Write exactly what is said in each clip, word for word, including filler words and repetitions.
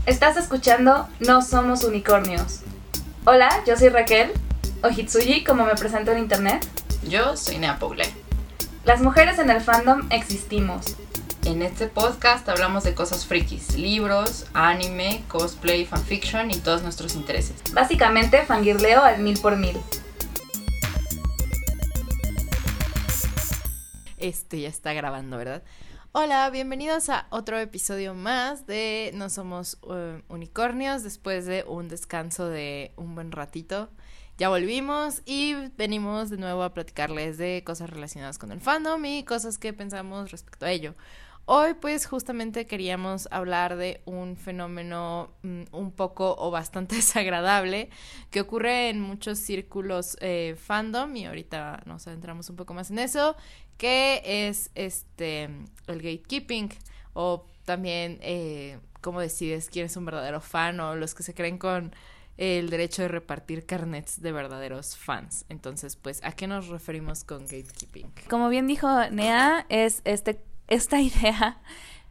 Estás escuchando No Somos Unicornios. Hola, yo soy Raquel, o Hitsuji como me presento en internet. Yo soy Nea Paule. Las mujeres en el fandom existimos. En este podcast hablamos de cosas frikis, libros, anime, cosplay, fanfiction y todos nuestros intereses. Básicamente fangirleo al mil por mil. Este ya está grabando, ¿verdad? Hola, bienvenidos a otro episodio más de No Somos uh, Unicornios. Después de un descanso de un buen ratito, ya volvimos y venimos de nuevo a platicarles de cosas relacionadas con el fandom y cosas que pensamos respecto a ello. Hoy pues justamente queríamos hablar de un fenómeno um, un poco o bastante desagradable que ocurre en muchos círculos eh, fandom, y ahorita nos adentramos un poco más en eso, que es este el gatekeeping, o también eh, cómo decides quién es un verdadero fan, o los que se creen con el derecho de repartir carnets de verdaderos fans. Entonces, pues, ¿a qué nos referimos con gatekeeping? Como bien dijo Nea, es este esta idea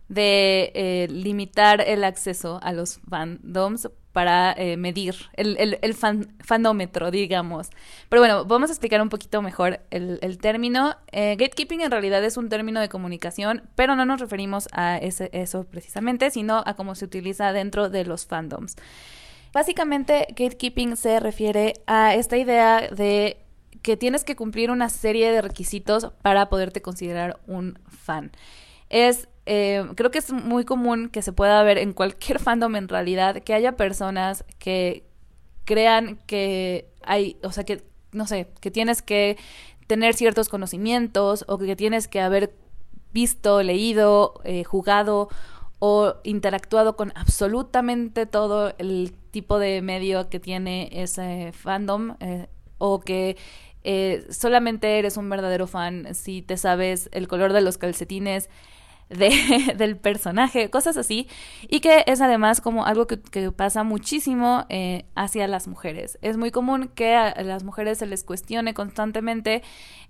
de eh, limitar el acceso a los fandoms para eh, medir el, el, el fan, fanómetro, digamos. Pero bueno, vamos a explicar un poquito mejor el, el término. Eh, gatekeeping en realidad es un término de comunicación, pero no nos referimos a ese, eso precisamente, sino a cómo se utiliza dentro de los fandoms. Básicamente, gatekeeping se refiere a esta idea de que tienes que cumplir una serie de requisitos para poderte considerar un fan. Es, eh, creo que es muy común que se pueda ver en cualquier fandom en realidad, que haya personas que crean que hay, o sea, que, no sé, que tienes que tener ciertos conocimientos o que tienes que haber visto, leído, eh, jugado o interactuado con absolutamente todo el tipo de medio que tiene ese fandom, eh, o que Eh, solamente eres un verdadero fan si te sabes el color de los calcetines de, del personaje, cosas así, y que es además como algo que, que pasa muchísimo eh, hacia las mujeres. Es muy común que a las mujeres se les cuestione constantemente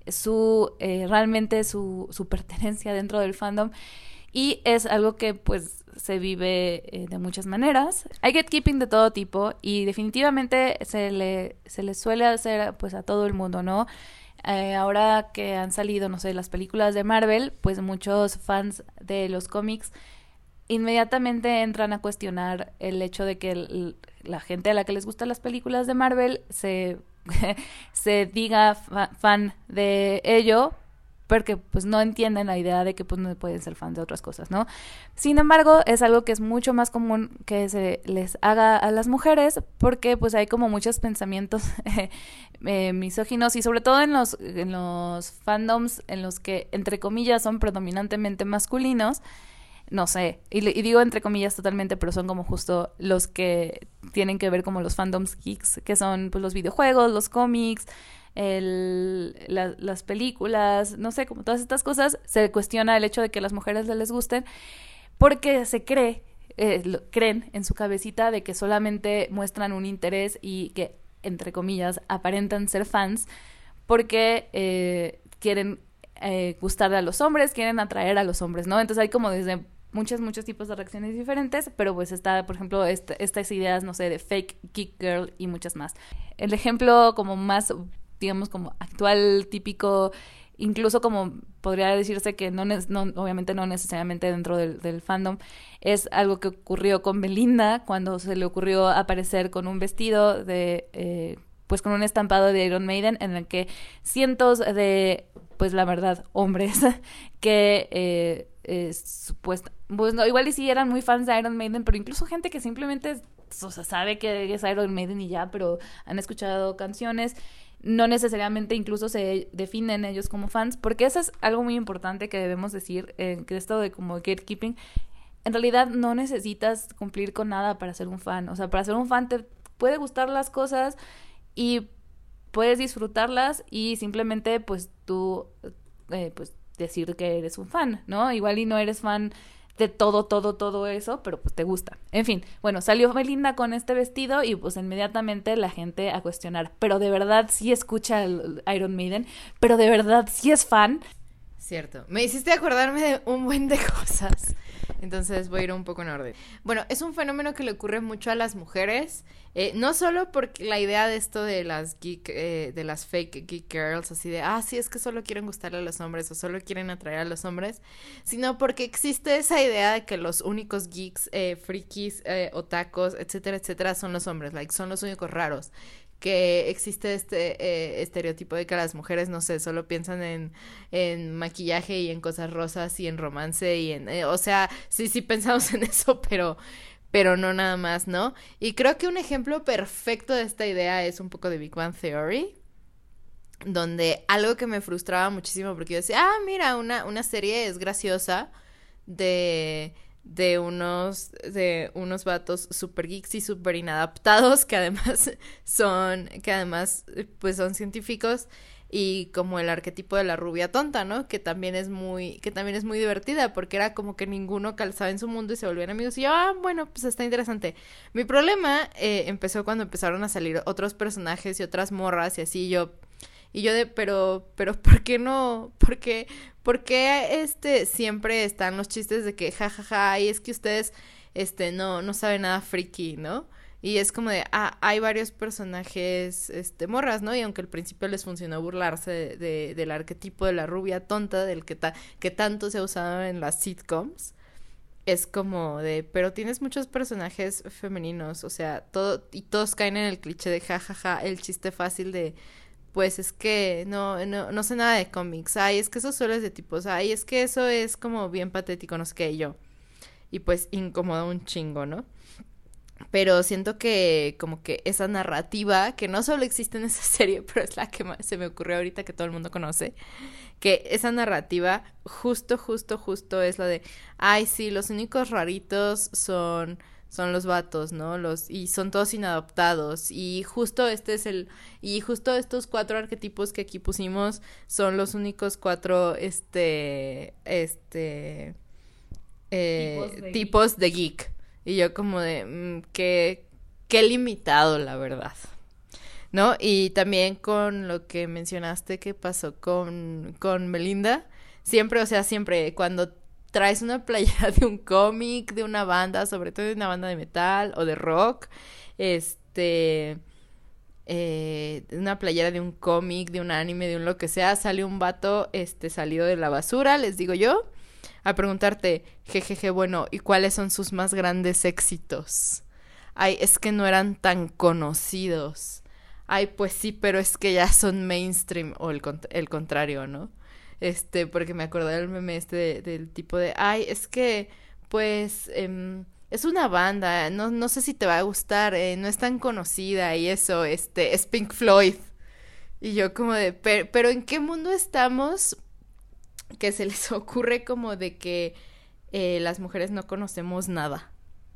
su eh, realmente su, su pertenencia dentro del fandom, y es algo que pues se vive eh, de muchas maneras. Hay gatekeeping de todo tipo y definitivamente se le, se le suele hacer pues a todo el mundo, ¿no? Eh, ahora que han salido, no sé, las películas de Marvel, pues muchos fans de los cómics inmediatamente entran a cuestionar el hecho de que el, la gente a la que les gustan las películas de Marvel se, se diga fa- fan de ello, porque pues no entienden la idea de que pues no pueden ser fans de otras cosas, ¿no? Sin embargo, es algo que es mucho más común que se les haga a las mujeres, porque pues hay como muchos pensamientos eh, misóginos, y sobre todo en los, en los fandoms en los que, entre comillas, son predominantemente masculinos. No sé, y, y digo entre comillas totalmente, pero son como justo los que tienen que ver como los fandoms geeks, que son pues los videojuegos, los cómics, el, la, las películas, no sé, como todas estas cosas. Se cuestiona el hecho de que a las mujeres les gusten porque se cree, eh, lo, creen en su cabecita de que solamente muestran un interés y que, entre comillas, aparentan ser fans porque eh, quieren eh, gustarle a los hombres, quieren atraer a los hombres, ¿no? Entonces hay como desde muchos, muchos tipos de reacciones diferentes, pero pues está, por ejemplo, este, estas ideas, no sé, de fake geek girl y muchas más. El ejemplo como más, digamos, como actual, típico, incluso como podría decirse que no, no obviamente no necesariamente dentro del, del fandom, es algo que ocurrió con Belinda cuando se le ocurrió aparecer con un vestido de, eh, pues con un estampado de Iron Maiden, en el que cientos de, pues la verdad, hombres que eh, eh, supuesta, pues no, igual y sí eran muy fans de Iron Maiden, pero incluso gente que simplemente, o sea, sabe que es Iron Maiden y ya, pero han escuchado canciones, no necesariamente incluso se definen ellos como fans, porque eso es algo muy importante que debemos decir, eh, que esto de como gatekeeping, en realidad no necesitas cumplir con nada para ser un fan. O sea, para ser un fan te puede gustar las cosas y puedes disfrutarlas y simplemente pues tú eh, pues decir que eres un fan, ¿no? Igual y no eres fan de todo, todo, todo eso, pero pues te gusta. En fin, bueno, salió Belinda con este vestido y pues inmediatamente la gente a cuestionar, pero de verdad sí escucha el Iron Maiden, pero de verdad sí es fan. Cierto, me hiciste acordarme de un buen de cosas. Entonces voy a ir un poco en orden. Bueno, es un fenómeno que le ocurre mucho a las mujeres, eh, no solo porque la idea de esto de las geek, eh, de las fake geek girls, así de, ah, sí, es que solo quieren gustarle a los hombres o solo quieren atraer a los hombres, sino porque existe esa idea de que los únicos geeks, eh, frikis, eh, otacos, etcétera, etcétera, son los hombres, like, son los únicos raros. Que existe este eh, estereotipo de que las mujeres, no sé, solo piensan en, en maquillaje y en cosas rosas y en romance y en, eh, o sea, sí, sí pensamos en eso, pero, pero no nada más, ¿no? Y creo que un ejemplo perfecto de esta idea es un poco de Big Bang Theory, donde algo que me frustraba muchísimo porque yo decía, ah, mira, una, una serie es graciosa de... de unos de unos vatos super geeks y super inadaptados que además son que además pues son científicos y como el arquetipo de la rubia tonta, ¿no? Que también es muy que también es muy divertida porque era como que ninguno calzaba en su mundo y se volvían amigos y yo, ah, bueno, pues está interesante. Mi problema eh, empezó cuando empezaron a salir otros personajes y otras morras y así yo y yo de, pero, pero, ¿por qué no? ¿Por qué, por qué, este, siempre están los chistes de que, jajaja, ja, ja, y es que ustedes, este, no, no saben nada friki, ¿no? Y es como de, ah, hay varios personajes, este, morras, ¿no? Y aunque al principio les funcionó burlarse de, de, del arquetipo de la rubia tonta, del que, ta, que tanto se ha usado en las sitcoms, es como de, pero tienes muchos personajes femeninos, o sea, todo, y todos caen en el cliché de, jajaja, ja, ja, el chiste fácil de... pues es que no, no, no sé nada de cómics, ay, es que eso solo es de tipos, ay, es que eso es como bien patético, no sé qué, y yo, y pues incomoda un chingo, ¿no? Pero siento que como que esa narrativa, que no solo existe en esa serie, pero es la que más se me ocurrió ahorita que todo el mundo conoce, que esa narrativa justo, justo, justo es la de, ay, sí, los únicos raritos son... son los vatos, ¿no? Los y son todos inadaptados y justo este es el y justo estos cuatro arquetipos que aquí pusimos son los únicos cuatro este este eh, tipos, de, tipos geek. de geek y yo como de mmm, qué qué limitado la verdad, ¿no? Y también con lo que mencionaste que pasó con con Melinda, siempre, o sea, siempre cuando traes una playera de un cómic, de una banda, sobre todo de una banda de metal o de rock, este, eh, una playera de un cómic, de un anime, de un lo que sea, sale un vato, este, salido de la basura, les digo yo, a preguntarte, jejeje, bueno, ¿y cuáles son sus más grandes éxitos? Ay, es que no eran tan conocidos. Ay, pues sí, pero es que ya son mainstream, o el, el contrario, ¿no? Este, porque me acordé del meme este de, del tipo de, ay, es que, pues, eh, es una banda, no, no sé si te va a gustar, eh, no es tan conocida y eso, este, es Pink Floyd. Y yo como de, pero, pero ¿en qué mundo estamos que se les ocurre como de que eh, las mujeres no conocemos nada?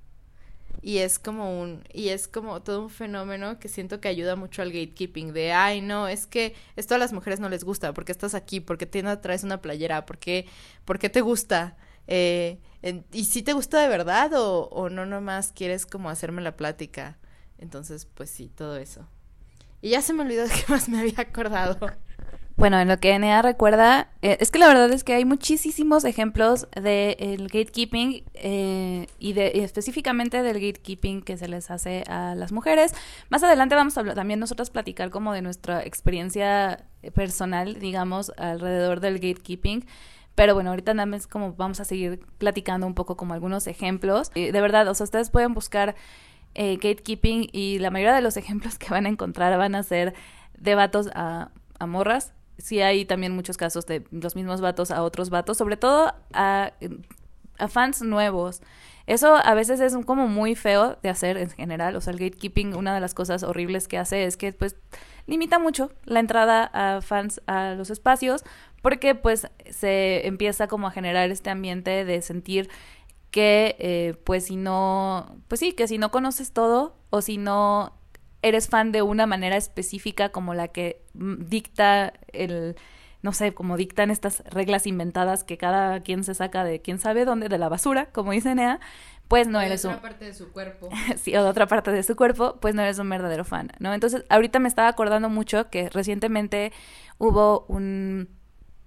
Y es como un, y es como todo un fenómeno que siento que ayuda mucho al gatekeeping, de, ay, no, es que esto a las mujeres no les gusta, ¿por qué estás aquí? ¿Por qué te traes una playera? ¿Por qué, por qué te gusta? Eh, en, ¿y si te gusta de verdad o, o no nomás quieres como hacerme la plática? Entonces, pues sí, todo eso. Y ya se me olvidó de qué más me había acordado. Bueno, en lo que N A recuerda, eh, es que la verdad es que hay muchísimos ejemplos del gatekeeping eh, y, de, y específicamente del gatekeeping que se les hace a las mujeres. Más adelante vamos a hablar, también nosotros platicar como de nuestra experiencia personal, digamos, alrededor del gatekeeping. Pero bueno, ahorita nada más como vamos a seguir platicando un poco como algunos ejemplos. Eh, de verdad, o sea, ustedes pueden buscar eh, gatekeeping y la mayoría de los ejemplos que van a encontrar van a ser de vatos a, a morras. Sí hay también muchos casos de los mismos vatos a otros vatos, sobre todo a, a fans nuevos. Eso a veces es como muy feo de hacer en general. O sea, el gatekeeping, una de las cosas horribles que hace es que pues limita mucho la entrada a fans a los espacios, porque pues se empieza como a generar este ambiente de sentir que eh, pues si no, pues sí, que si no conoces todo o si no eres fan de una manera específica como la que dicta el, no sé, como dictan estas reglas inventadas que cada quien se saca de quién sabe dónde, de la basura, como dice Nea, pues no eres un... de otra parte de su cuerpo. Sí, o de otra parte de su cuerpo, pues no eres un verdadero fan, ¿no? Entonces, ahorita me estaba acordando mucho que recientemente hubo un...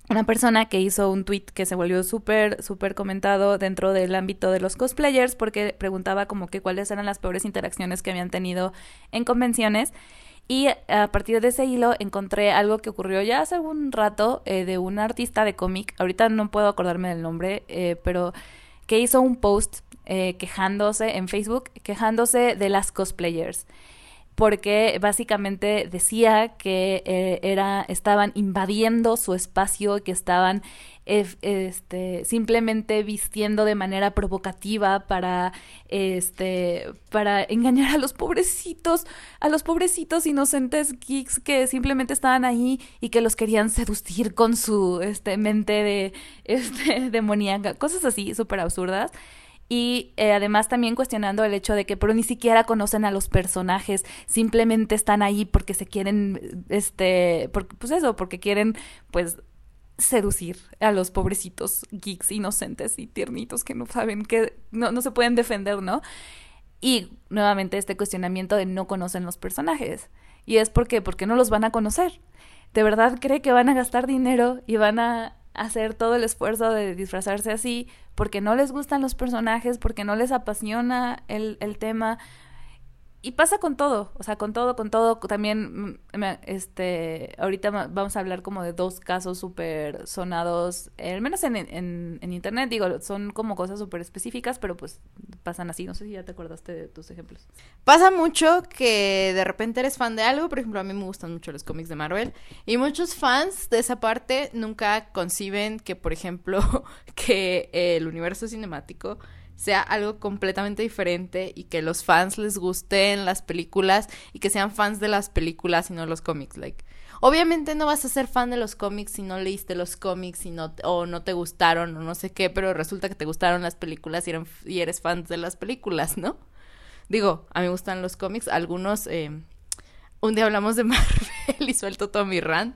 una persona que hizo un tweet que se volvió súper, súper comentado dentro del ámbito de los cosplayers porque preguntaba como que cuáles eran las peores interacciones que habían tenido en convenciones. Y a partir de ese hilo encontré algo que ocurrió ya hace algún rato eh, de un artista de cómic, ahorita no puedo acordarme del nombre, eh, pero que hizo un post eh, quejándose en Facebook, quejándose de las cosplayers. Porque básicamente decía que eh, era, estaban invadiendo su espacio, que estaban eh, este, simplemente vistiendo de manera provocativa para, este, para engañar a los pobrecitos, a los pobrecitos inocentes geeks que simplemente estaban ahí y que los querían seducir con su este, mente de, este, demoníaca, cosas así súper absurdas. Y eh, además también cuestionando el hecho de que pero ni siquiera conocen a los personajes, simplemente están ahí porque se quieren, este, porque, pues eso, porque quieren, pues, seducir a los pobrecitos geeks inocentes y tiernitos que no saben, que no, no se pueden defender, ¿no? Y nuevamente este cuestionamiento de no conocen los personajes. Y es porque, porque no los van a conocer. ¿De verdad cree que van a gastar dinero y van a hacer todo el esfuerzo de disfrazarse así porque no les gustan los personajes, porque no les apasiona el, el tema? Y pasa con todo, o sea, con todo, con todo. También, este, ahorita vamos a hablar como de dos casos súper sonados, eh, al menos en, en, en internet, digo, son como cosas súper específicas, pero pues pasan así. No sé si ya te acordaste de tus ejemplos. Pasa mucho que de repente eres fan de algo, por ejemplo, a mí me gustan mucho los cómics de Marvel, y muchos fans de esa parte nunca conciben que, por ejemplo, que el universo cinemático sea algo completamente diferente y que los fans les gusten las películas y que sean fans de las películas y no los cómics. Like, obviamente no vas a ser fan de los cómics si no leíste los cómics y no, o no te gustaron o no sé qué, pero resulta que te gustaron las películas y, eran, y eres fan de las películas, ¿no? Digo, a mí me gustan los cómics, algunos, eh, un día hablamos de Marvel y suelto todo mi rant,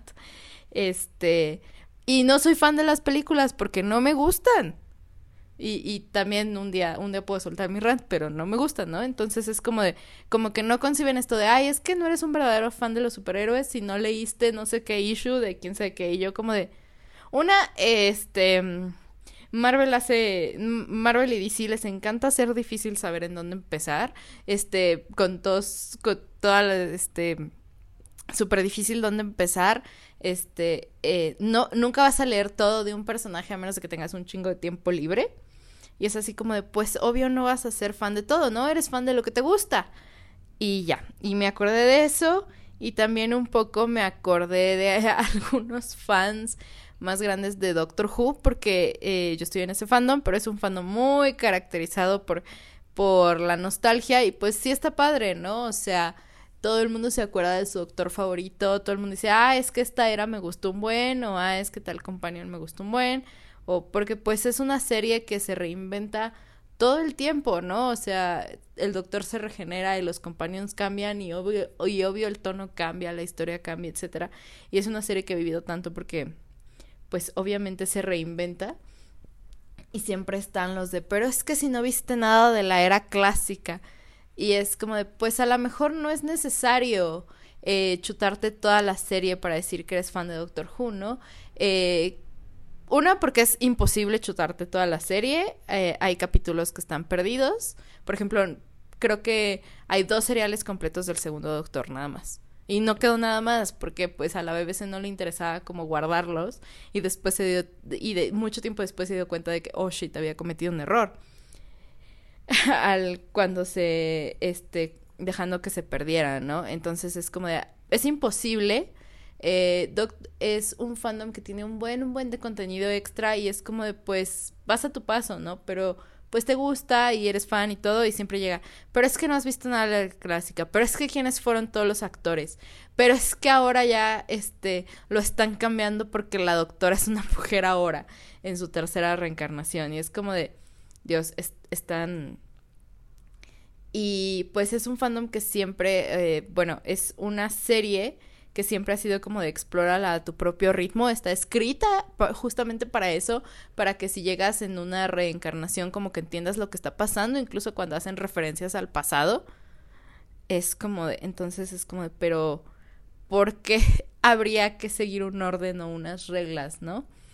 este, y no soy fan de las películas porque no me gustan. Y, y también un día, un día puedo soltar mi rant, pero no me gusta, ¿no? Entonces es como de, como que no conciben esto de, ay, es que no eres un verdadero fan de los superhéroes si no leíste no sé qué issue de quién sabe qué. Y yo como de, una, este, Marvel hace, Marvel y D C les encanta hacer difícil saber en dónde empezar, este, con todos, con toda la, este, súper difícil dónde empezar. Este, eh, no, nunca vas a leer todo de un personaje a menos de que tengas un chingo de tiempo libre. Y es así como de, pues, obvio no vas a ser fan de todo, ¿no? Eres fan de lo que te gusta. Y ya, y me acordé de eso. Y también un poco me acordé de algunos fans más grandes de Doctor Who, porque eh, yo estoy en ese fandom, pero es un fandom muy caracterizado por, por la nostalgia. Y pues sí está padre, ¿no? O sea, todo el mundo se acuerda de su doctor favorito, todo el mundo dice, ah, es que esta era me gustó un buen, o ah, es que tal companion me gustó un buen, o porque pues es una serie que se reinventa todo el tiempo, ¿no? O sea, el doctor se regenera y los companions cambian y obvio, y obvio el tono cambia, la historia cambia, etcétera. Y es una serie que he vivido tanto porque pues obviamente se reinventa y siempre están los de, pero es que si no viste nada de la era clásica. Y es como de, pues a lo mejor no es necesario eh, chutarte toda la serie para decir que eres fan de Doctor Who, ¿no? Eh, una, porque es imposible chutarte toda la serie. Eh, hay capítulos que están perdidos. Por ejemplo, creo que hay dos seriales completos del segundo Doctor, nada más. Y no quedó nada más, porque pues a la B B C no le interesaba como guardarlos. Y después se dio, y de mucho tiempo después se dio cuenta de que, oh shit, había cometido un error. Al cuando se este dejando que se perdiera, ¿no? Entonces es como de, es imposible. eh, Doc es un fandom que tiene un buen un buen de contenido extra y es como de, pues vas a tu paso, ¿no? Pero pues te gusta y eres fan y todo y siempre llega, pero es que no has visto nada de la clásica, pero es que quiénes fueron todos los actores, pero es que ahora ya este lo están cambiando porque la doctora es una mujer ahora en su tercera reencarnación y es como de, Dios, es, están... Y pues es un fandom que siempre, eh, bueno, es una serie que siempre ha sido como de explórala a tu propio ritmo, está escrita justamente para eso, para que si llegas en una reencarnación como que entiendas lo que está pasando, incluso cuando hacen referencias al pasado, es como de, entonces es como de, pero ¿por qué habría que seguir un orden o unas reglas, no?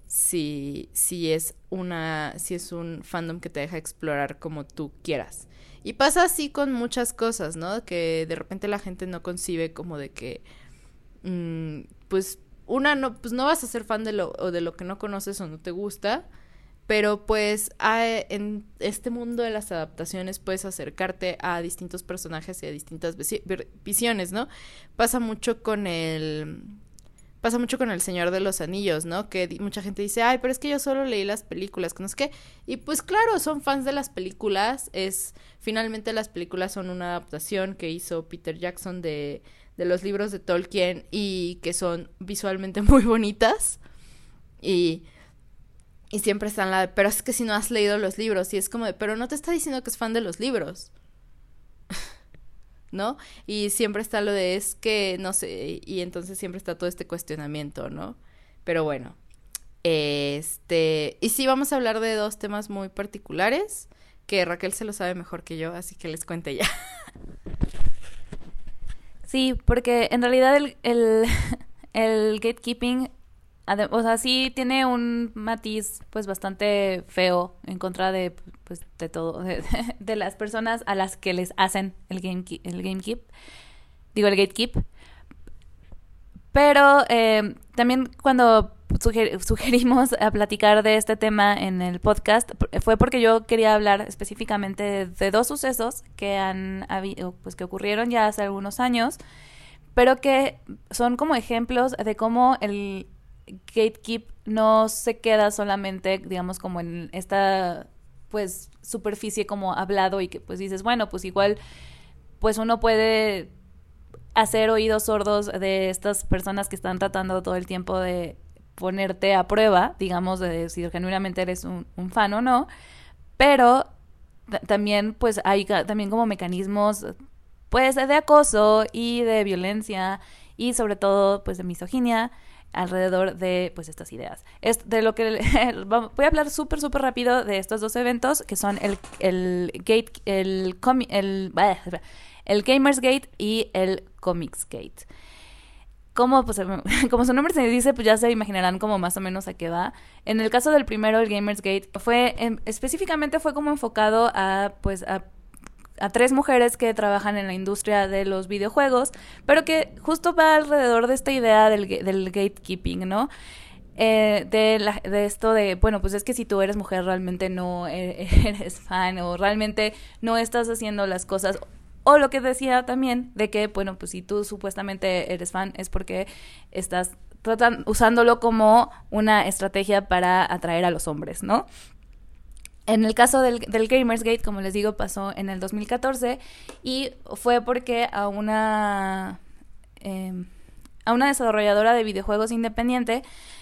si, si es una, si es un fandom que te deja explorar como tú quieras. Y pasa así con muchas cosas, ¿no? Que de repente la gente no concibe como de que, mmm, pues, una, no, pues no vas a ser fan de lo, o de lo que no conoces o no te gusta, pero pues hay, en este mundo de las adaptaciones puedes acercarte a distintos personajes y a distintas visi- visiones, ¿no? Pasa mucho con el... Pasa mucho con El Señor de los Anillos, ¿no? Que di- mucha gente dice, ay, pero es que yo solo leí las películas, que no sé qué. Y pues claro, son fans de las películas. Es, finalmente las películas son una adaptación que hizo Peter Jackson de, de los libros de Tolkien y que son visualmente muy bonitas. Y, y siempre están la de, pero es que si no has leído los libros. Y es como de, pero no te está diciendo que es fan de los libros, ¿no? Y siempre está lo de es que, no sé, y entonces siempre está todo este cuestionamiento, ¿no? Pero bueno, este, y sí vamos a hablar de dos temas muy particulares, que Raquel se lo sabe mejor que yo, así que les cuente ya. Sí, porque en realidad el, el, el gatekeeping, ade- o sea, sí tiene un matiz pues bastante feo en contra de pues de todo, de, de las personas a las que les hacen el game el gamekeep, digo el gatekeep. Pero eh, también cuando suger- sugerimos a platicar de este tema en el podcast fue porque yo quería hablar específicamente de, de dos sucesos que han habido, pues que ocurrieron ya hace algunos años, pero que son como ejemplos de cómo el gatekeep no se queda solamente, digamos, como en esta pues superficie como hablado y que pues dices, bueno, pues igual pues uno puede hacer oídos sordos de estas personas que están tratando todo el tiempo de ponerte a prueba, digamos, de si genuinamente eres un, un fan o no, pero t- también pues hay ca- también como mecanismos pues de acoso y de violencia y sobre todo pues de misoginia alrededor de pues estas ideas. Es de lo que voy a hablar súper súper rápido de estos dos eventos que son el el gate el comi, el el Gamersgate y el Comicsgate. Como, pues, como su nombre se dice, pues ya se imaginarán como más o menos a qué va. En el caso del primero, el Gamersgate, fue en, específicamente fue como enfocado a pues a a tres mujeres que trabajan en la industria de los videojuegos, pero que justo va alrededor de esta idea del, del gatekeeping, ¿no? Eh, de, la, de esto de, bueno, pues es que si tú eres mujer realmente no eres fan o realmente no estás haciendo las cosas. O lo que decía también de que, bueno, pues si tú supuestamente eres fan es porque estás tratan, usándolo como una estrategia para atraer a los hombres, ¿no? En el caso del, del Gamersgate, como les digo, pasó en el dos mil catorce y fue porque a una eh, a una desarrolladora de videojuegos independiente,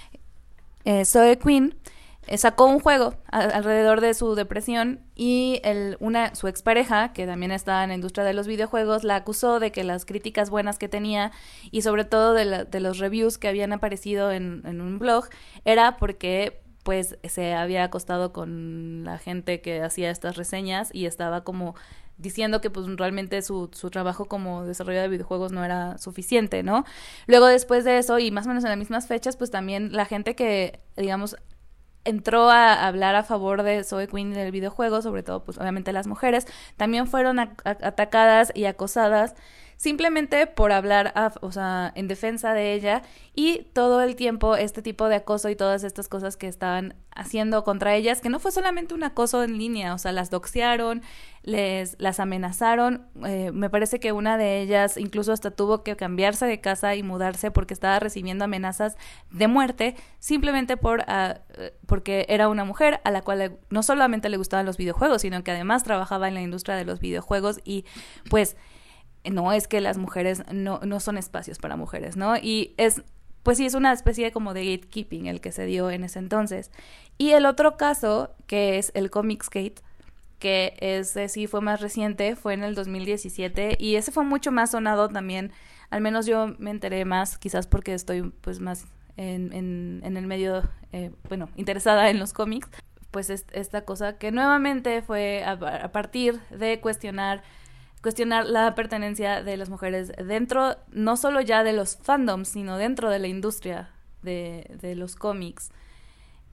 eh, Zoe Quinn, eh, sacó un juego a, alrededor de su depresión y el, una su expareja, que también estaba en la industria de los videojuegos, la acusó de que las críticas buenas que tenía y sobre todo de, la, de los reviews que habían aparecido en, en un blog era porque pues se había acostado con la gente que hacía estas reseñas y estaba como diciendo que pues realmente su, su trabajo como desarrollador de videojuegos no era suficiente, ¿no? Luego después de eso, y más o menos en las mismas fechas, pues también la gente que, digamos, entró a hablar a favor de Zoe Quinn del videojuego, sobre todo pues obviamente las mujeres, también fueron a, a, atacadas y acosadas simplemente por hablar, a, o sea, en defensa de ella, y todo el tiempo este tipo de acoso y todas estas cosas que estaban haciendo contra ellas, que no fue solamente un acoso en línea, o sea, las doxearon, les, las amenazaron, eh, me parece que una de ellas incluso hasta tuvo que cambiarse de casa y mudarse porque estaba recibiendo amenazas de muerte, simplemente por uh, porque era una mujer a la cual le, no solamente le gustaban los videojuegos, sino que además trabajaba en la industria de los videojuegos y pues no, es que las mujeres no, no son espacios para mujeres, ¿no? Y es, pues sí, es una especie como de gatekeeping el que se dio en ese entonces. Y el otro caso, que es el Comicsgate, que ese sí fue más reciente, fue en el dos mil diecisiete, y ese fue mucho más sonado también, al menos yo me enteré más, quizás porque estoy pues más en, en, en el medio, eh, bueno, interesada en los cómics, pues es, esta cosa que nuevamente fue a, a partir de cuestionar cuestionar la pertenencia de las mujeres dentro, no solo ya de los fandoms, sino dentro de la industria de, de los cómics.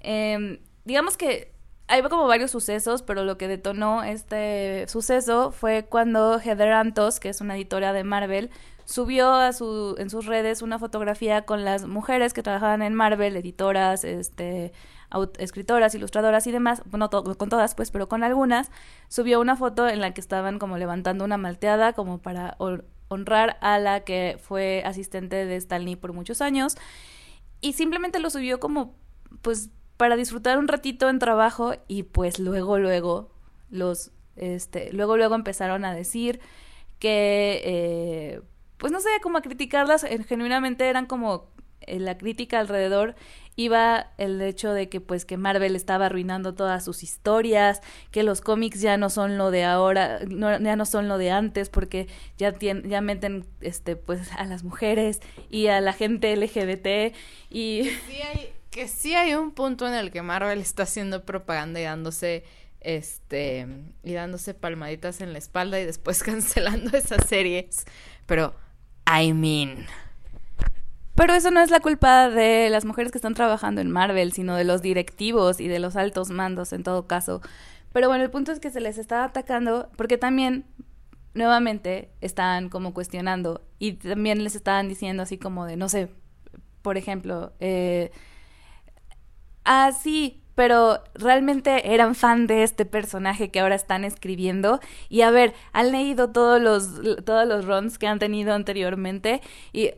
Eh, digamos que hay como varios sucesos, pero lo que detonó este suceso fue cuando Heather Antos, que es una editora de Marvel, subió a su, en sus redes una fotografía con las mujeres que trabajaban en Marvel, editoras, este, escritoras, ilustradoras y demás, no to- con todas pues, pero con algunas, subió una foto en la que estaban como levantando una malteada como para honrar a la que fue asistente de Stan Lee por muchos años, y simplemente lo subió como pues para disfrutar un ratito en trabajo, y pues luego luego los este luego luego empezaron a decir que eh, pues no sé, como a criticarlas, eh, genuinamente eran como eh, la crítica alrededor iba el hecho de que pues que Marvel estaba arruinando todas sus historias, que los cómics ya no son lo de ahora, no, ya no son lo de antes, porque ya tien, ya meten este pues a las mujeres y a la gente L G B T y que sí hay, que sí hay un punto en el que Marvel está haciendo propaganda y dándose este y dándose palmaditas en la espalda y después cancelando esas series, pero I mean. Pero eso no es la culpa de las mujeres que están trabajando en Marvel, sino de los directivos y de los altos mandos en todo caso. Pero bueno, el punto es que se les está atacando porque también, nuevamente, están como cuestionando y también les estaban diciendo así como de, no sé, por ejemplo, eh, ah, sí, pero realmente eran fan de este personaje que ahora están escribiendo y a ver, han leído todos los todos los runs que han tenido anteriormente y,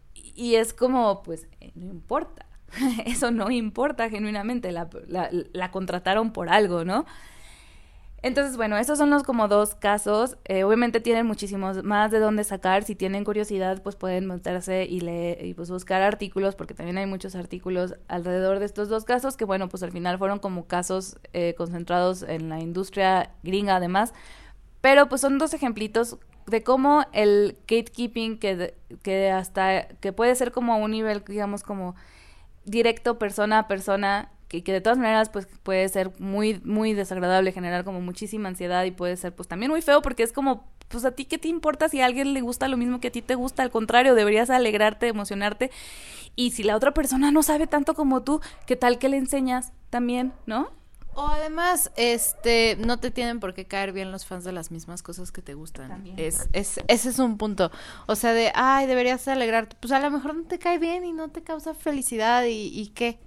y es como, pues, no importa, eso no importa genuinamente, la, la, la contrataron por algo, ¿no? Entonces, bueno, esos son los como dos casos. Eh, obviamente tienen muchísimos más de dónde sacar. Si tienen curiosidad, pues pueden meterse y leer y pues buscar artículos, porque también hay muchos artículos alrededor de estos dos casos, que bueno, pues al final fueron como casos eh, concentrados en la industria gringa además. Pero pues son dos ejemplitos de cómo el gatekeeping, que, que hasta, que puede ser como a un nivel, digamos, como directo persona a persona, que, que de todas maneras pues puede ser muy muy desagradable, generar como muchísima ansiedad y puede ser pues también muy feo porque es como, pues a ti qué te importa si a alguien le gusta lo mismo que a ti te gusta, al contrario, deberías alegrarte, emocionarte, y si la otra persona no sabe tanto como tú, ¿qué tal que le enseñas también, no? O además, este, no te tienen por qué caer bien los fans de las mismas cosas que te gustan. También. Es, es, ese es un punto. O sea, de, ay, deberías alegrarte. Pues a lo mejor no te cae bien y no te causa felicidad y, y ¿qué?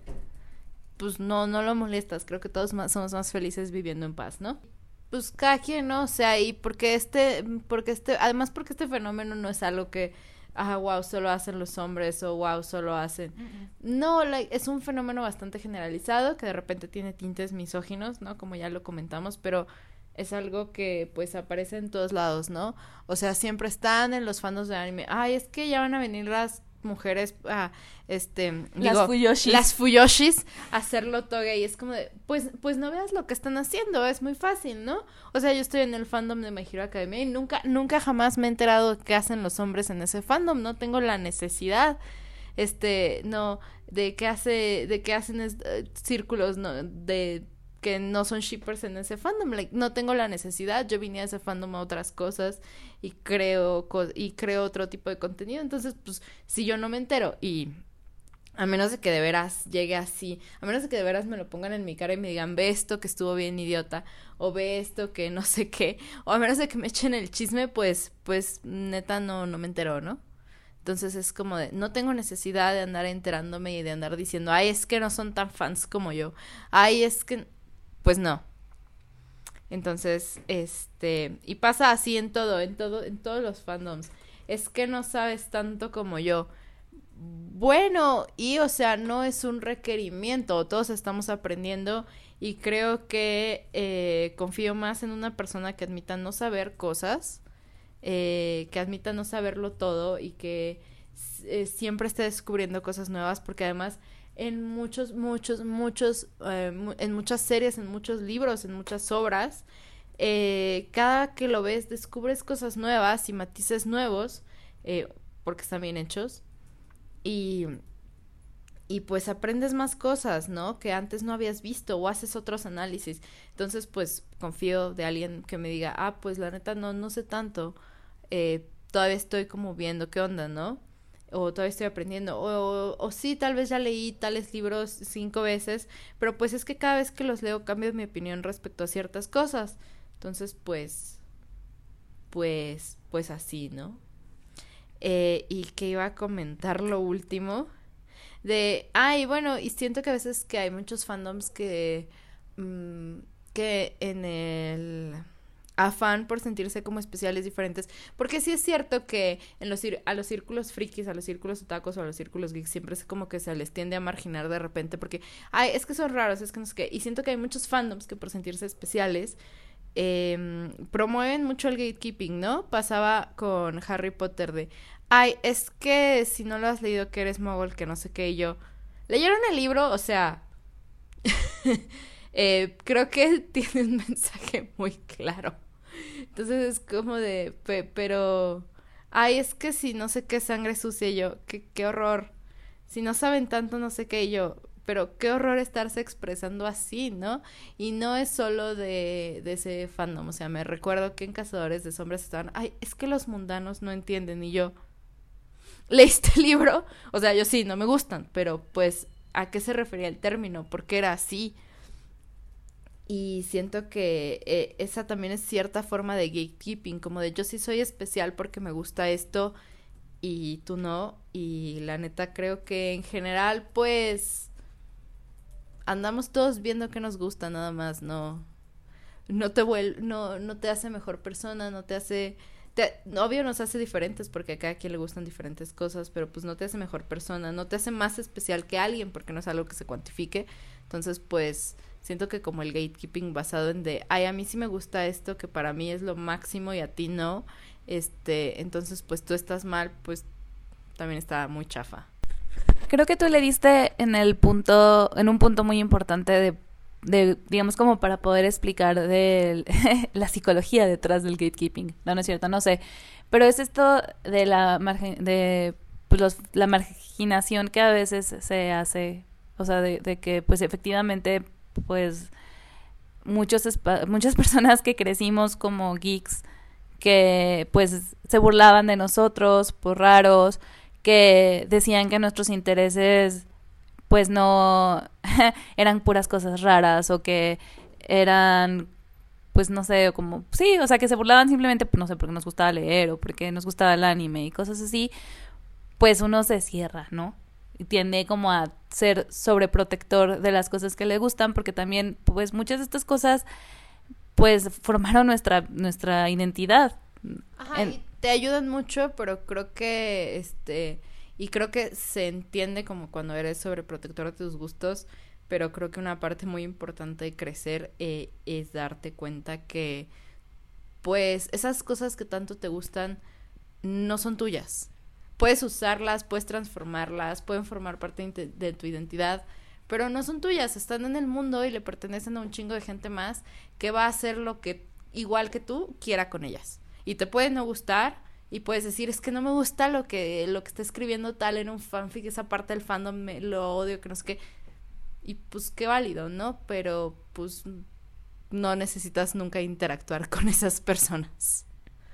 Pues no, no lo molestas. Creo que todos más, somos más felices viviendo en paz, ¿no? Pues cada quien, ¿no? O sea, y porque este, porque este, además porque este fenómeno no es algo que, ah, wow, solo hacen los hombres o wow, solo hacen. Uh-uh. No, like, es un fenómeno bastante generalizado que de repente tiene tintes misóginos, ¿no? Como ya lo comentamos, pero es algo que pues aparece en todos lados, ¿no? O sea, siempre están en los fandoms de anime. Ay, es que ya van a venir las mujeres, ah, este, las digo, fuyoshis. las fuyoshis a hacerlo toga, y es como de, pues, pues no veas lo que están haciendo, es muy fácil, ¿no? O sea, yo estoy en el fandom de My Hero Academia y nunca, nunca jamás me he enterado qué hacen los hombres en ese fandom, no tengo la necesidad, este, no, de qué hace, de qué hacen es, uh, círculos, no, de que no son shippers en ese fandom, like, no tengo la necesidad, yo vine a ese fandom a otras cosas y creo co- y creo otro tipo de contenido, entonces pues si yo no me entero y a menos de que de veras llegue así, a menos de que de veras me lo pongan en mi cara y me digan, ve esto que estuvo bien idiota, o ve esto que no sé qué, o a menos de que me echen el chisme, pues, pues neta no, no me entero, ¿no? Entonces es como de, no tengo necesidad de andar enterándome y de andar diciendo, ay, es que no son tan fans como yo, ay, es que, pues no. Entonces, este, y pasa así en todo, en todo, en todos los fandoms, es que no sabes tanto como yo. Bueno, y o sea, no es un requerimiento, todos estamos aprendiendo y creo que eh, confío más en una persona que admita no saber cosas, eh, que admita no saberlo todo y que eh, siempre esté descubriendo cosas nuevas, porque además en muchos, muchos, muchos, eh, en muchas series, en muchos libros, en muchas obras, eh, cada que lo ves descubres cosas nuevas y matices nuevos, eh, porque están bien hechos. Y, y pues aprendes más cosas, ¿no? Que antes no habías visto o haces otros análisis. Entonces, pues confío de alguien que me diga, ah, pues la neta no, no sé tanto. Eh, todavía estoy como viendo qué onda, ¿no? o todavía estoy aprendiendo, o, o sí, tal vez ya leí tales libros cinco veces, pero pues es que cada vez que los leo cambio mi opinión respecto a ciertas cosas. Entonces, pues, pues, pues así, ¿no? Eh, y que iba a comentar lo último de, ay, bueno, y siento que a veces que hay muchos fandoms que, mmm, que en el afán por sentirse como especiales diferentes, porque sí es cierto que en los a los círculos frikis, a los círculos otakus o a los círculos geeks siempre es como que se les tiende a marginar de repente porque, ay, es que son raros, es que no sé qué, y siento que hay muchos fandoms que por sentirse especiales eh, promueven mucho el gatekeeping, ¿no? Pasaba con Harry Potter de, ay, es que si no lo has leído que eres mogol, que no sé qué, y yo, ¿leyeron el libro? O sea, eh, creo que tiene un mensaje muy claro. Entonces es como de, pe, pero, ay, es que si no sé qué sangre sucia, y yo, qué, qué horror. Si no saben tanto, no sé qué, y yo, pero qué horror estarse expresando así, ¿no? Y no es solo de, de ese fandom, o sea, me recuerdo que en Cazadores de Sombras estaban, ay, es que los mundanos no entienden, y yo, ¿leíste el libro? O sea, yo sí, no me gustan, pero pues, ¿a qué se refería el término? ¿Por qué era así? Y siento que eh, esa también es cierta forma de gatekeeping, como de yo sí soy especial porque me gusta esto y tú no, y la neta creo que en general pues andamos todos viendo qué nos gusta nada más, no no te vuel no no te hace mejor persona, no te hace te, obvio nos hace diferentes porque a cada quien le gustan diferentes cosas, pero pues no te hace mejor persona, no te hace más especial que alguien porque no es algo que se cuantifique. Entonces pues siento que como el gatekeeping basado en de, ay, a mí sí me gusta esto que para mí es lo máximo y a ti no, este, entonces pues tú estás mal, pues también está muy chafa. Creo que tú le diste en el punto, en un punto muy importante de, de digamos como para poder explicar de la psicología detrás del gatekeeping. No, no es cierto, no sé, pero es esto de la margen, de pues los, la marginación que a veces se hace, o sea, de, de que pues efectivamente pues muchos muchas personas que crecimos como geeks que pues se burlaban de nosotros por raros, que decían que nuestros intereses pues no eran puras cosas raras o que eran pues no sé, como sí, o sea, que se burlaban simplemente no sé, porque nos gustaba leer o porque nos gustaba el anime y cosas así, pues uno se cierra, ¿no? Y tiende como a ser sobreprotector de las cosas que le gustan, porque también, pues, muchas de estas cosas, pues, formaron nuestra, nuestra identidad. Ajá, en... y te ayudan mucho, pero creo que, este, y creo que se entiende como cuando eres sobreprotector de tus gustos, pero creo que una parte muy importante de crecer eh, es darte cuenta que, pues, esas cosas que tanto te gustan no son tuyas. Puedes usarlas, puedes transformarlas, pueden formar parte de tu identidad, pero no son tuyas, están en el mundo y le pertenecen a un chingo de gente más que va a hacer lo que igual que tú quiera con ellas. Y te puede no gustar y puedes decir, es que no me gusta lo que lo que está escribiendo tal en un fanfic, esa parte del fandom me, lo odio, que no sé qué. Y pues qué válido, ¿no? Pero pues no necesitas nunca interactuar con esas personas.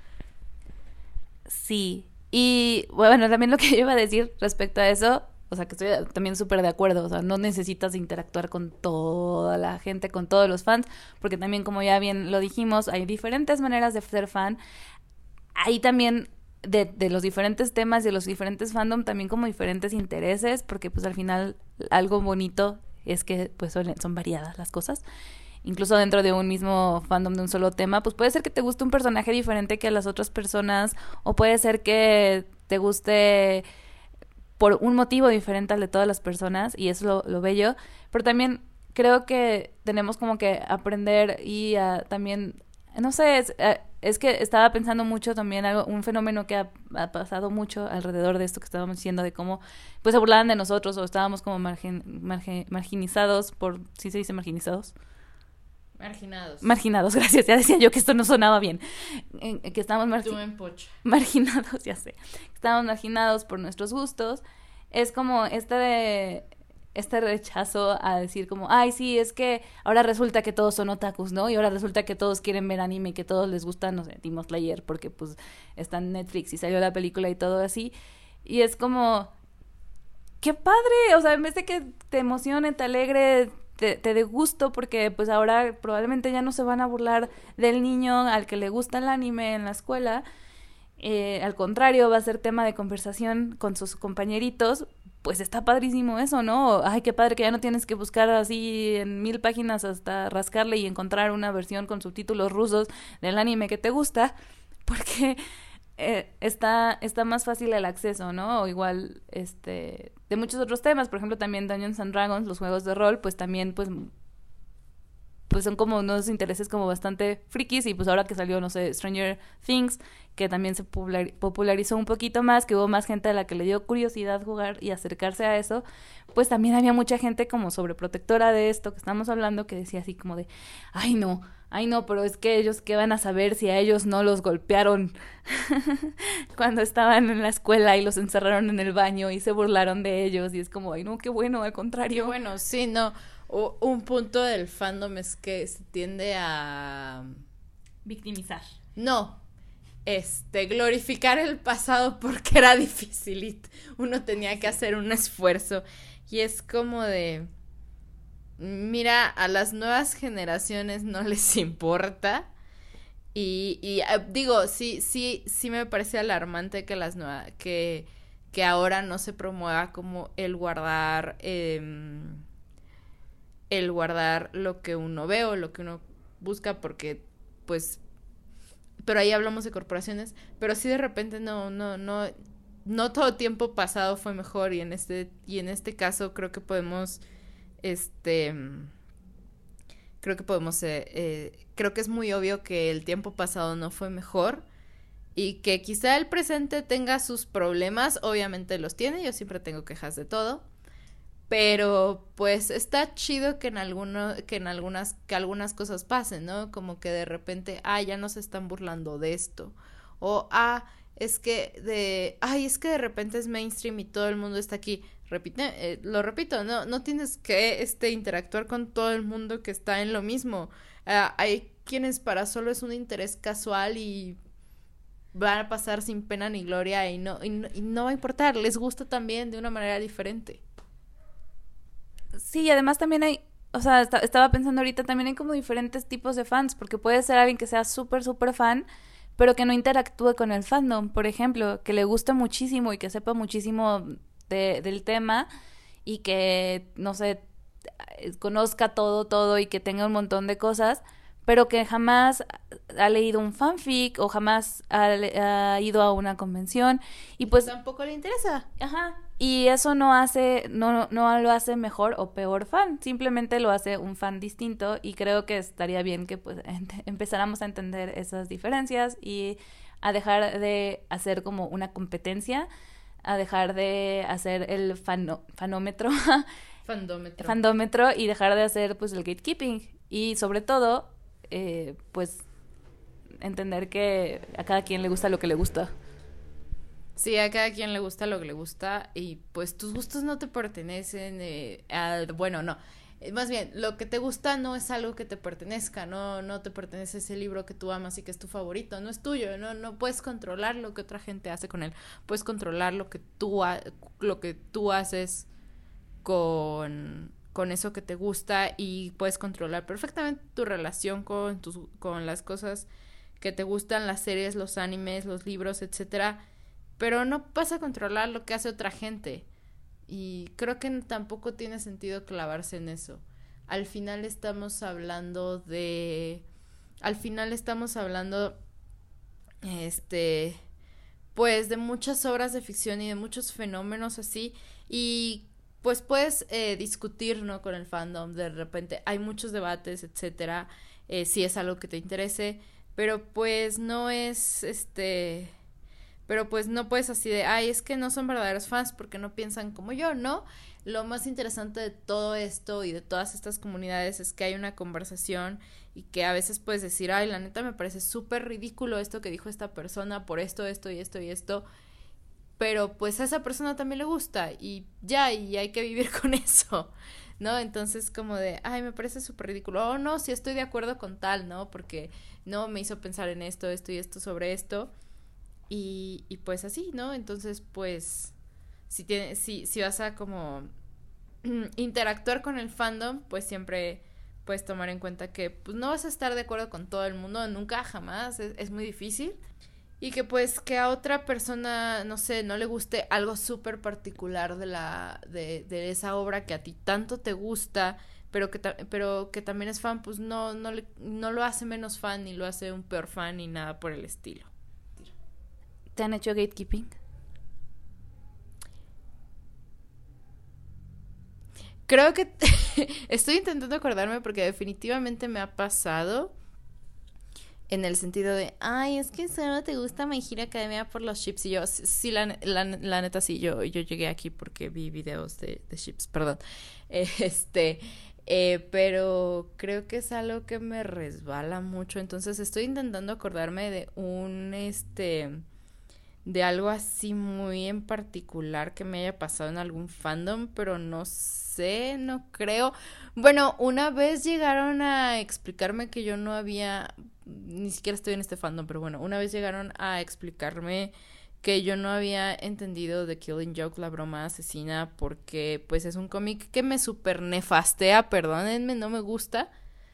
Sí. Y bueno, también lo que yo iba a decir respecto a eso, o sea, que estoy también súper de acuerdo, o sea, no necesitas interactuar con toda la gente, con todos los fans, porque también, como ya bien lo dijimos, hay diferentes maneras de ser fan. Hay también de, de los diferentes temas, de los diferentes fandom, también como diferentes intereses, porque pues al final algo bonito es que pues son, son variadas las cosas. Incluso dentro de un mismo fandom de un solo tema, pues puede ser que te guste un personaje diferente que a las otras personas, o puede ser que te guste por un motivo diferente al de todas las personas, y eso lo, lo bello, pero también creo que tenemos como que aprender y uh, también, no sé, es, uh, es que estaba pensando mucho también algo, un fenómeno que ha, ha pasado mucho alrededor de esto que estábamos diciendo, de cómo pues se burlaban de nosotros o estábamos como margin, margin, marginizados por, ¿sí se dice marginizados? Marginados. Marginados, gracias. Ya decía yo que esto no sonaba bien. Eh, que estábamos margi- Tú en pocha. marginados, ya sé. Estábamos marginados por nuestros gustos. Es como este de, este rechazo a decir como, ay, sí, es que ahora resulta que todos son otakus, ¿no? Y ahora resulta que todos quieren ver anime y que todos les gusta, no sé, Demon Slayer, porque pues está en Netflix y salió la película y todo así. Y es como, ¡qué padre! O sea, en vez de que te emocione, te alegre, te, te dé gusto, porque pues ahora probablemente ya no se van a burlar del niño al que le gusta el anime en la escuela. Eh, al contrario, va a ser tema de conversación con sus compañeritos. Pues está padrísimo eso, ¿no? Ay, qué padre que ya no tienes que buscar así en mil páginas hasta rascarle y encontrar una versión con subtítulos rusos del anime que te gusta, porque eh, está, está más fácil el acceso, ¿no? O igual, este, de muchos otros temas, por ejemplo, también Dungeons and Dragons, los juegos de rol, pues también, pues, pues son como unos intereses como bastante frikis, y pues ahora que salió, no sé, Stranger Things, que también se popular- popularizó un poquito más, que hubo más gente a la que le dio curiosidad jugar y acercarse a eso, pues también había mucha gente como sobreprotectora de esto que estamos hablando, que decía así como de, ay no, ay no, pero es que ellos qué van a saber si a ellos no los golpearon cuando estaban en la escuela y los encerraron en el baño y se burlaron de ellos, y es como, ay no, qué bueno, al contrario. Qué bueno, sí, no, o, un punto del fandom es que se tiende a... victimizar. No, este, glorificar el pasado porque era difícil, uno tenía que hacer un esfuerzo, y es como de, mira, a las nuevas generaciones no les importa, y, y uh, digo, sí, sí, sí me parece alarmante que las nuevas, que, que ahora no se promueva como el guardar, eh, el guardar lo que uno ve o lo que uno busca, porque, pues, pero ahí hablamos de corporaciones, pero sí de repente no, no, no, no todo tiempo pasado fue mejor, y en este, y en este caso creo que podemos, este, creo que podemos, eh, eh, creo que es muy obvio que el tiempo pasado no fue mejor, y que quizá el presente tenga sus problemas, obviamente los tiene, yo siempre tengo quejas de todo, pero pues está chido que en alguno, que en algunas, que algunas cosas pasen, ¿no? Como que de repente, ah, ya no se están burlando de esto, o ah, es que de, ay, es que de repente es mainstream y todo el mundo está aquí. Repite, eh, lo repito, no, no tienes que este interactuar con todo el mundo que está en lo mismo. Uh, hay quienes para solo es un interés casual y van a pasar sin pena ni gloria, y no, y no, y no va a importar, les gusta también de una manera diferente. Sí, además también hay, o sea, está, estaba pensando ahorita, también hay como diferentes tipos de fans, porque puede ser alguien que sea súper, súper fan, pero que no interactúe con el fandom, por ejemplo, que le guste muchísimo y que sepa muchísimo de, del tema, y que, no sé, conozca todo, todo, y que tenga un montón de cosas, pero que jamás ha leído un fanfic o jamás ha, ha ido a una convención, y pues tampoco le interesa. Ajá. Y eso no hace, no, no lo hace mejor o peor fan, simplemente lo hace un fan distinto, y creo que estaría bien que pues ent- empezáramos a entender esas diferencias y a dejar de hacer como una competencia, a dejar de hacer el fano- fanómetro, Fandómetro. fandómetro, y dejar de hacer pues el gatekeeping, y sobre todo eh, pues entender que a cada quien le gusta lo que le gusta. Sí, a cada quien le gusta lo que le gusta, y pues tus gustos no te pertenecen, eh, a, bueno, no, más bien, lo que te gusta no es algo que te pertenezca, no, no te pertenece ese libro que tú amas y que es tu favorito, no es tuyo, no, no puedes controlar lo que otra gente hace con él, puedes controlar lo que tú, ha, lo que tú haces con, con eso que te gusta, y puedes controlar perfectamente tu relación con tus, con las cosas que te gustan, las series, los animes, los libros, etcétera. Pero no vas a controlar lo que hace otra gente, y creo que tampoco tiene sentido clavarse en eso. Al final estamos hablando de, al final estamos hablando, este, pues de muchas obras de ficción y de muchos fenómenos así, y pues puedes eh, discutir, ¿no? Con el fandom, de repente hay muchos debates, etcétera, eh, si es algo que te interese, pero pues no es, este... Pero pues no puedes así de, ay, es que no son verdaderos fans porque no piensan como yo, ¿no? Lo más interesante de todo esto y de todas estas comunidades es que hay una conversación, y que a veces puedes decir, ay, la neta me parece súper ridículo esto que dijo esta persona por esto, esto y esto y esto, pero pues a esa persona también le gusta, y ya, y hay que vivir con eso, ¿no? Entonces como de, ay, me parece súper ridículo, oh, no, sí estoy de acuerdo con tal, ¿no? Porque no me hizo pensar en esto, esto y esto sobre esto. y, y pues así, ¿no? Entonces, pues, si, tiene, si, si vas a como interactuar con el fandom, pues siempre puedes tomar en cuenta que pues no vas a estar de acuerdo con todo el mundo, nunca, jamás, es, es muy difícil. Y que pues que a otra persona, no sé, no le guste algo súper particular de la de, de esa obra que a ti tanto te gusta, pero que ta- pero que también es fan, pues no no le, no lo hace menos fan ni lo hace un peor fan ni nada por el estilo. ¿Te han hecho gatekeeping? Creo que estoy intentando acordarme porque definitivamente me ha pasado en el sentido de, ay, es que solo te gusta My Hero Academia por los ships. Y yo, sí, sí, la, la, la neta, sí, yo, yo llegué aquí porque vi videos de, de ships, perdón. Este, eh, pero creo que es algo que me resbala mucho. Entonces estoy intentando acordarme de un, este, de algo así muy en particular que me haya pasado en algún fandom, pero no sé, no creo. Bueno, una vez llegaron a explicarme que yo no había, ni siquiera estoy en este fandom, pero bueno, una vez llegaron a explicarme que yo no había entendido The Killing Joke, la broma asesina, porque pues es un cómic que me super nefastea, perdónenme, no me gusta.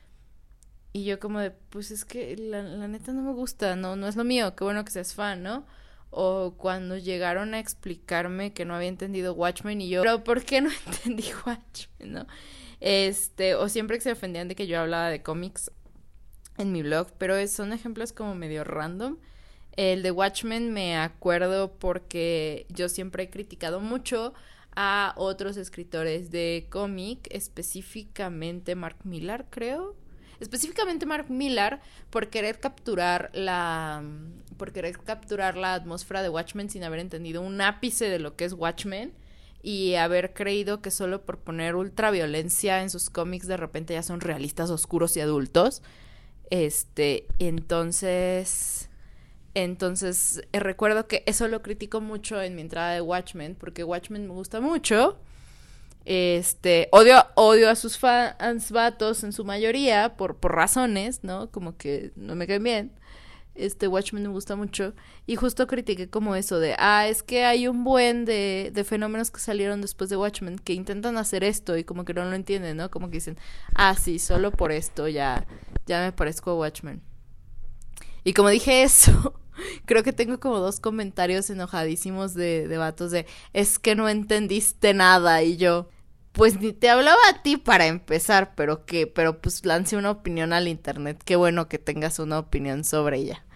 Y yo como de, pues es que la, la neta no me gusta, no, no es lo mío, qué bueno que seas fan, ¿no? O cuando llegaron a explicarme que no había entendido Watchmen y yo, pero ¿por qué no entendí Watchmen, no? Este, o siempre que se ofendían de que yo hablaba de cómics en mi blog, pero son ejemplos como medio random. El de Watchmen me acuerdo porque yo siempre he criticado mucho a otros escritores de cómic, específicamente Mark Millar, creo. Específicamente Mark Millar por querer capturar la por querer capturar la atmósfera de Watchmen sin haber entendido un ápice de lo que es Watchmen y haber creído que solo por poner ultraviolencia en sus cómics de repente ya son realistas, oscuros y adultos. Este, entonces entonces eh, recuerdo que eso lo critico mucho en mi entrada de Watchmen porque Watchmen me gusta mucho. Este, odio, odio a sus fans vatos en su mayoría por, por razones, ¿no? Como que no me caen bien. Este, Watchmen me gusta mucho. Y justo critiqué como eso de, ah, es que hay un buen de, de fenómenos que salieron después de Watchmen que intentan hacer esto y como que no lo entienden, ¿no? Como que dicen, ah, sí, solo por esto ya, ya me parezco a Watchmen. Y como dije eso, creo que tengo como dos comentarios enojadísimos de, de vatos de, es que no entendiste nada. Y yo, pues ni te hablaba a ti para empezar, pero que, pero pues lance una opinión al internet. Qué bueno que tengas una opinión sobre ella.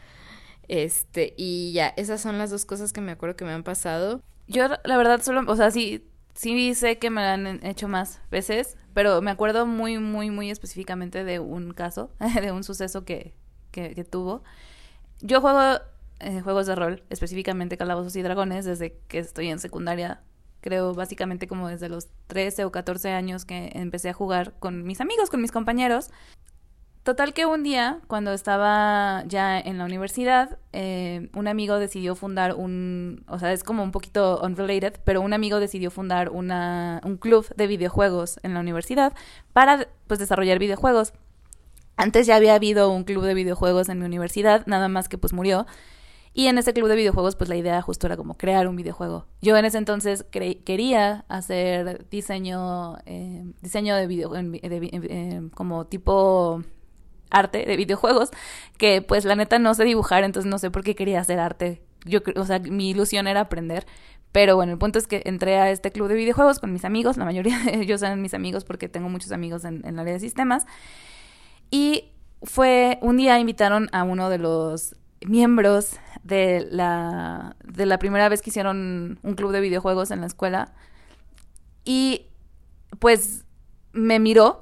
Este, y ya, esas son las dos cosas que me acuerdo que me han pasado. Yo, la verdad, solo, o sea, sí, sí sé que me lo han hecho más veces, pero me acuerdo muy, muy, muy específicamente de un caso, de un suceso que, que, que tuvo. Yo juego eh, juegos de rol, específicamente Calabozos y Dragones, desde que estoy en secundaria. Creo básicamente como desde los trece o catorce años que empecé a jugar con mis amigos, con mis compañeros. Total que un día, cuando estaba ya en la universidad, eh, un amigo decidió fundar un... O sea, es como un poquito unrelated, pero un amigo decidió fundar una, un club de videojuegos en la universidad para, pues, desarrollar videojuegos. Antes ya había habido un club de videojuegos en mi universidad, nada más que pues murió. Y en ese club de videojuegos, pues la idea justo era como crear un videojuego. Yo en ese entonces cre- quería hacer diseño, eh, diseño de video, de, de, eh, como tipo arte de videojuegos, que pues la neta no sé dibujar, entonces no sé por qué quería hacer arte. Yo, o sea, mi ilusión era aprender. Pero bueno, el punto es que entré a este club de videojuegos con mis amigos, la mayoría de ellos eran mis amigos porque tengo muchos amigos en, en el área de sistemas. Y fue, un día invitaron a uno de los miembros de la, de la primera vez que hicieron un club de videojuegos en la escuela y pues me miró,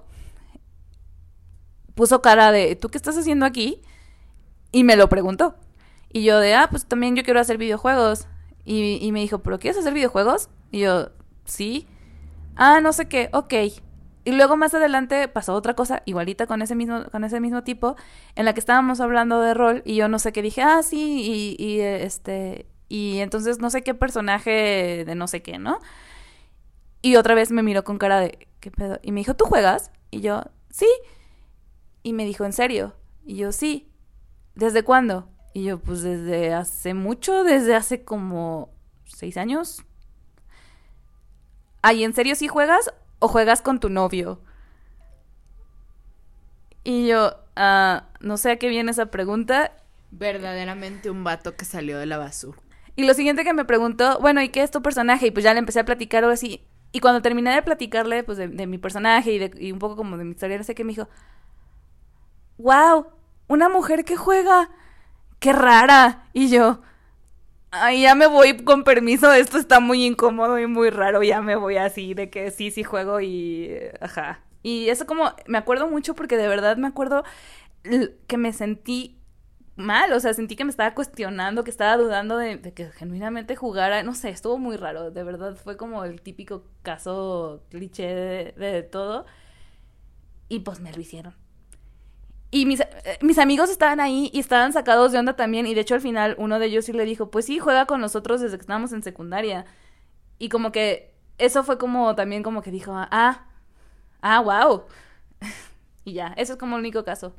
puso cara de, ¿tú qué estás haciendo aquí? Y me lo preguntó. Y yo de, ah, pues también yo quiero hacer videojuegos. Y, y me dijo, ¿pero quieres hacer videojuegos? Y yo, sí. Ah, no sé qué, ok. Y luego más adelante pasó otra cosa igualita con ese mismo, con ese mismo tipo, en la que estábamos hablando de rol y yo no sé qué dije, ah, sí, y, y este, y entonces no sé qué personaje de no sé qué, ¿no? Y otra vez me miró con cara de, ¿qué pedo? Y me dijo, ¿tú juegas? Y yo, sí. Y me dijo, ¿en serio? Y yo, sí. ¿Desde cuándo? Y yo, pues desde hace mucho, desde hace como seis años. Ay, ¿en serio sí juegas o juegas con tu novio? Y yo, uh, no sé a qué viene esa pregunta. Verdaderamente un vato que salió de la basura. Y lo siguiente que me preguntó, bueno, ¿y qué es tu personaje? Y pues ya le empecé a platicar algo así. Y cuando terminé de platicarle, pues, de, de mi personaje y, de, y un poco como de mi historia, no sé qué, me dijo, ¡wow! ¡Una mujer que juega! ¡Qué rara! Y yo, ay, ya me voy con permiso, esto está muy incómodo y muy raro, ya me voy así, de que sí, sí juego y... ajá. Y eso como, me acuerdo mucho porque de verdad me acuerdo que me sentí mal, o sea, sentí que me estaba cuestionando, que estaba dudando de, de que genuinamente jugara, no sé, estuvo muy raro, de verdad fue como el típico caso cliché de, de todo, y pues me lo hicieron. Y mis, eh, mis amigos estaban ahí y estaban sacados de onda también, y de hecho al final uno de ellos sí le dijo, pues sí, juega con nosotros desde que estábamos en secundaria, y como que eso fue como también como que dijo, ah, ah, wow, y ya, eso es como el único caso.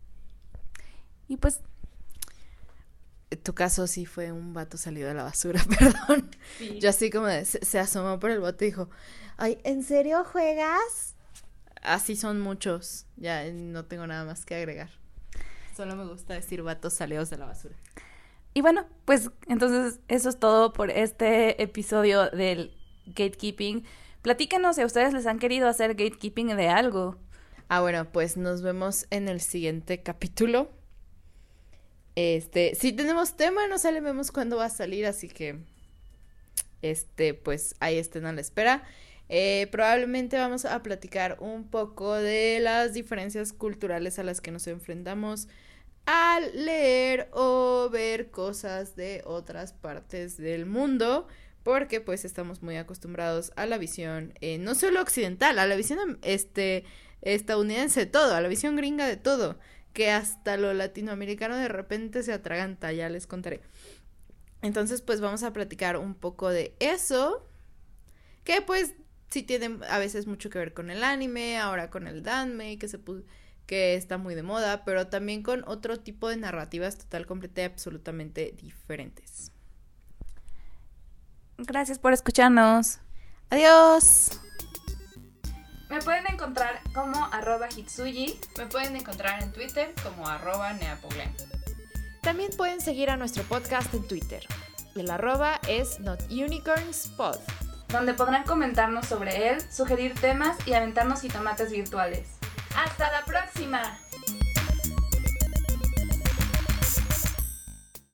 Y pues... Tu caso sí fue un vato salido de la basura, perdón. Sí. Yo así como de, se, se asomó por el bote y dijo, ay, ¿en serio juegas? Así son muchos, ya no tengo nada más que agregar. Solo me gusta decir vatos salidos de la basura. Y bueno, pues entonces eso es todo por este episodio del gatekeeping. Platíquenos si a ustedes les han querido hacer gatekeeping de algo. Ah, bueno, pues nos vemos en el siguiente capítulo. Este, si tenemos tema, no sabemos cuándo va a salir, así que, este, pues ahí estén a la espera. Eh, probablemente vamos a platicar un poco de las diferencias culturales a las que nos enfrentamos al leer o ver cosas de otras partes del mundo, porque pues estamos muy acostumbrados a la visión, eh, no solo occidental, a la visión este, estadounidense de todo, a la visión gringa de todo, que hasta lo latinoamericano de repente se atraganta, ya les contaré. Entonces, pues vamos a platicar un poco de eso, que pues sí tiene a veces mucho que ver con el anime, ahora con el danme, que se pu- que está muy de moda, pero también con otro tipo de narrativas total, completa y absolutamente diferentes. Gracias por escucharnos. Adiós. Me pueden encontrar como arroba hitsuyi. Me pueden encontrar en Twitter como arroba neapoglen. También pueden seguir a nuestro podcast en Twitter. El arroba es notunicornspod. Donde podrán comentarnos sobre él, sugerir temas y aventarnos jitomates virtuales. ¡Hasta la próxima!